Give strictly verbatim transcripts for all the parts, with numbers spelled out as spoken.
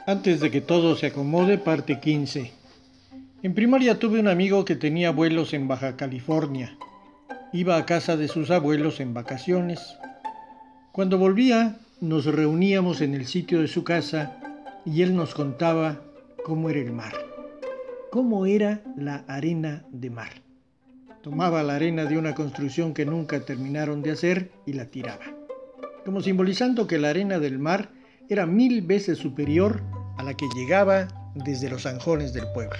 Antes de que todo se acomode, parte quince. En primaria tuve un amigo que tenía abuelos en Baja California. Iba a casa de sus abuelos en vacaciones. Cuando volvía, nos reuníamos en el sitio de su casa y él nos contaba cómo era el mar, cómo era la arena de mar. Tomaba la arena de una construcción que nunca terminaron de hacer y la tiraba, como simbolizando que la arena del mar era mil veces superior a la que llegaba desde los zanjones del pueblo.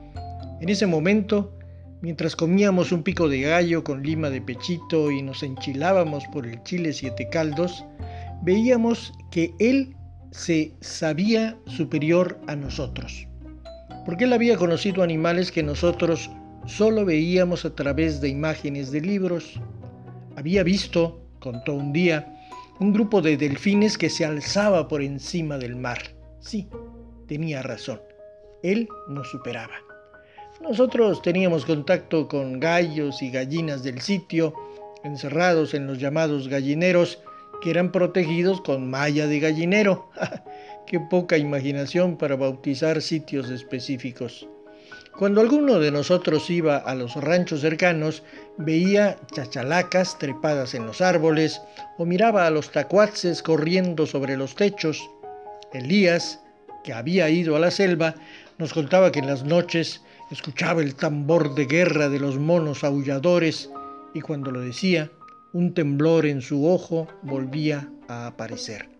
En ese momento, mientras comíamos un pico de gallo con lima de pechito y nos enchilábamos por el chile siete caldos, veíamos que él se sabía superior a nosotros, porque él había conocido animales que nosotros solo veíamos a través de imágenes de libros. Había visto, contó un día, un grupo de delfines que se alzaba por encima del mar. Sí, tenía razón. Él nos superaba. Nosotros teníamos contacto con gallos y gallinas del sitio, encerrados en los llamados gallineros, que eran protegidos con malla de gallinero. ¡Qué poca imaginación para bautizar sitios específicos! Cuando alguno de nosotros iba a los ranchos cercanos, veía chachalacas trepadas en los árboles o miraba a los tacuaces corriendo sobre los techos. Elías, que había ido a la selva, nos contaba que en las noches escuchaba el tambor de guerra de los monos aulladores y cuando lo decía, un temblor en su ojo volvía a aparecer.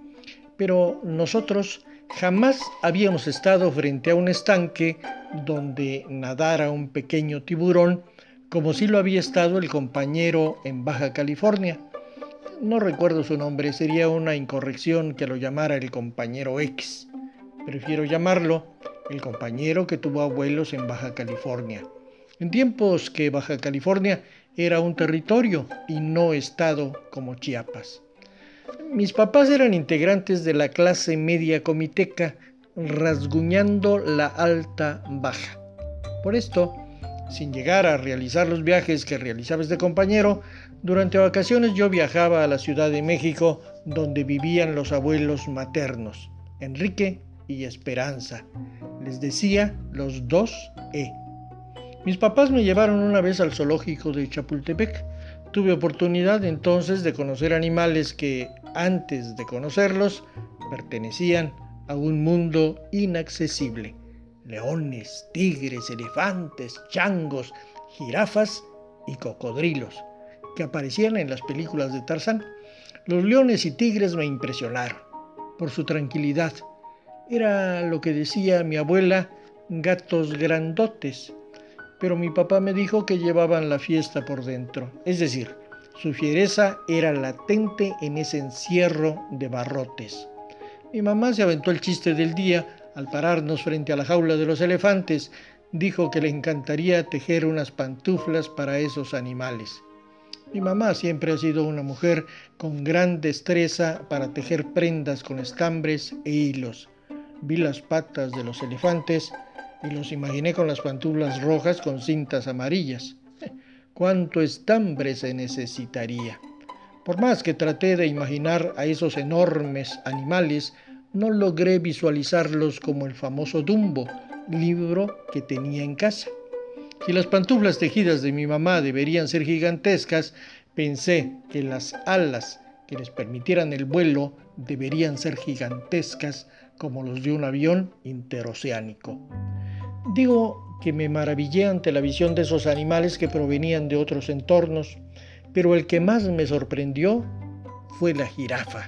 Pero nosotros jamás habíamos estado frente a un estanque donde nadara un pequeño tiburón, como si lo había estado el compañero en Baja California. No recuerdo su nombre, sería una incorrección que lo llamara el compañero X. Prefiero llamarlo el compañero que tuvo abuelos en Baja California, en tiempos que Baja California era un territorio y no estado como Chiapas. Mis papás eran integrantes de la clase media comiteca, rasguñando la alta baja. Por esto, sin llegar a realizar los viajes que realizaba este compañero, durante vacaciones yo viajaba a la Ciudad de México, donde vivían los abuelos maternos, Enrique y Esperanza. Les decía los dos E. Mis papás me llevaron una vez al zoológico de Chapultepec. Tuve oportunidad entonces de conocer animales que, antes de conocerlos, pertenecían a un mundo inaccesible. Leones, tigres, elefantes, changos, jirafas y cocodrilos, que aparecían en las películas de Tarzán. Los leones y tigres me impresionaron por su tranquilidad. Era lo que decía mi abuela, gatos grandotes. Pero mi papá me dijo que llevaban la fiesta por dentro, es decir, su fiereza era latente en ese encierro de barrotes. Mi mamá se aventó el chiste del día al pararnos frente a la jaula de los elefantes. Dijo que le encantaría tejer unas pantuflas para esos animales. Mi mamá siempre ha sido una mujer con gran destreza para tejer prendas con estambres e hilos. Vi las patas de los elefantes y los imaginé con las pantuflas rojas con cintas amarillas. ¿Cuánto estambre se necesitaría? Por más que traté de imaginar a esos enormes animales, no logré visualizarlos como el famoso Dumbo, libro que tenía en casa. Si las pantuflas tejidas de mi mamá deberían ser gigantescas, pensé que las alas que les permitieran el vuelo deberían ser gigantescas como los de un avión interoceánico. Digo que me maravillé ante la visión de esos animales que provenían de otros entornos, pero el que más me sorprendió fue la jirafa.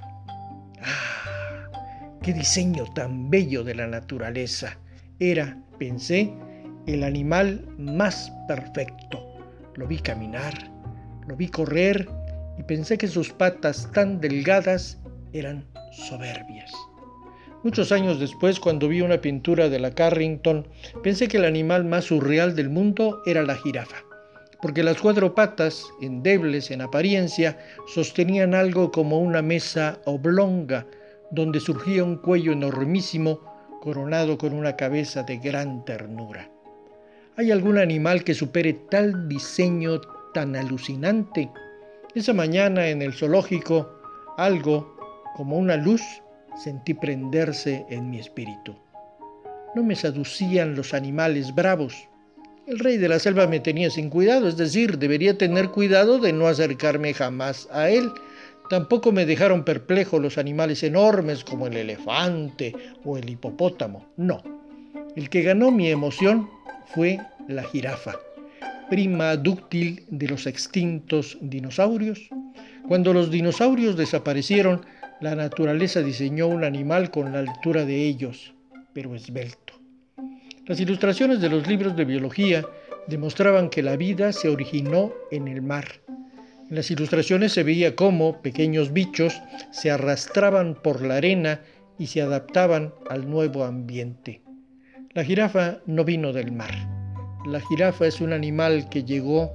¡Ah! ¡Qué diseño tan bello de la naturaleza! Era, pensé, el animal más perfecto. Lo vi caminar, lo vi correr y pensé que sus patas tan delgadas eran soberbias. Muchos años después, cuando vi una pintura de la Carrington, pensé que el animal más surreal del mundo era la jirafa, porque las cuatro patas, endebles en apariencia, sostenían algo como una mesa oblonga, donde surgía un cuello enormísimo, coronado con una cabeza de gran ternura. ¿Hay algún animal que supere tal diseño tan alucinante? Esa mañana en el zoológico, algo como una luz sentí prenderse en mi espíritu. No me seducían los animales bravos. El rey de la selva me tenía sin cuidado, es decir, debería tener cuidado de no acercarme jamás a él. Tampoco me dejaron perplejo los animales enormes como el elefante o el hipopótamo. No, el que ganó mi emoción fue la jirafa, prima dúctil de los extintos dinosaurios. Cuando los dinosaurios desaparecieron, la naturaleza diseñó un animal con la altura de ellos, pero esbelto. Las ilustraciones de los libros de biología demostraban que la vida se originó en el mar. En las ilustraciones se veía cómo pequeños bichos se arrastraban por la arena y se adaptaban al nuevo ambiente. La jirafa no vino del mar. La jirafa es un animal que llegó,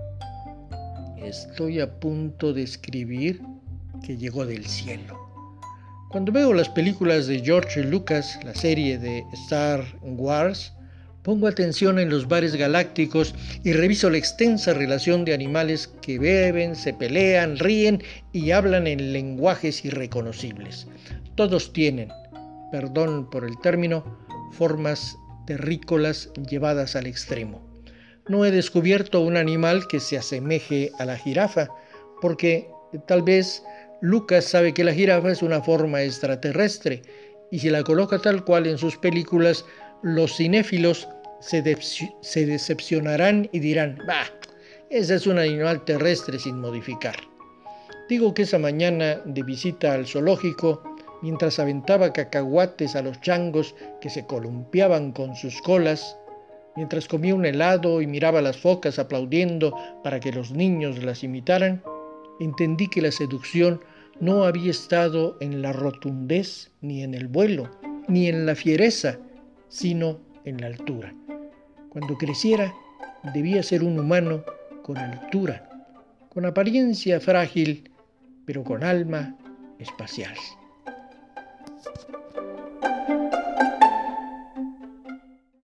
estoy a punto de escribir, que llegó del cielo. Cuando veo las películas de George Lucas, la serie de Star Wars, pongo atención en los bares galácticos y reviso la extensa relación de animales que beben, se pelean, ríen y hablan en lenguajes irreconocibles. Todos tienen, perdón por el término, formas terrícolas llevadas al extremo. No he descubierto un animal que se asemeje a la jirafa, porque tal vez Lucas sabe que la jirafa es una forma extraterrestre, y si la coloca tal cual en sus películas, los cinéfilos se, de- se decepcionarán y dirán, bah, ese es un animal terrestre sin modificar. Digo que esa mañana de visita al zoológico, mientras aventaba cacahuates a los changos que se columpiaban con sus colas, mientras comía un helado y miraba a las focas aplaudiendo para que los niños las imitaran, entendí que la seducción no había estado en la rotundez, ni en el vuelo, ni en la fiereza, sino en la altura. Cuando creciera, debía ser un humano con altura, con apariencia frágil, pero con alma espacial.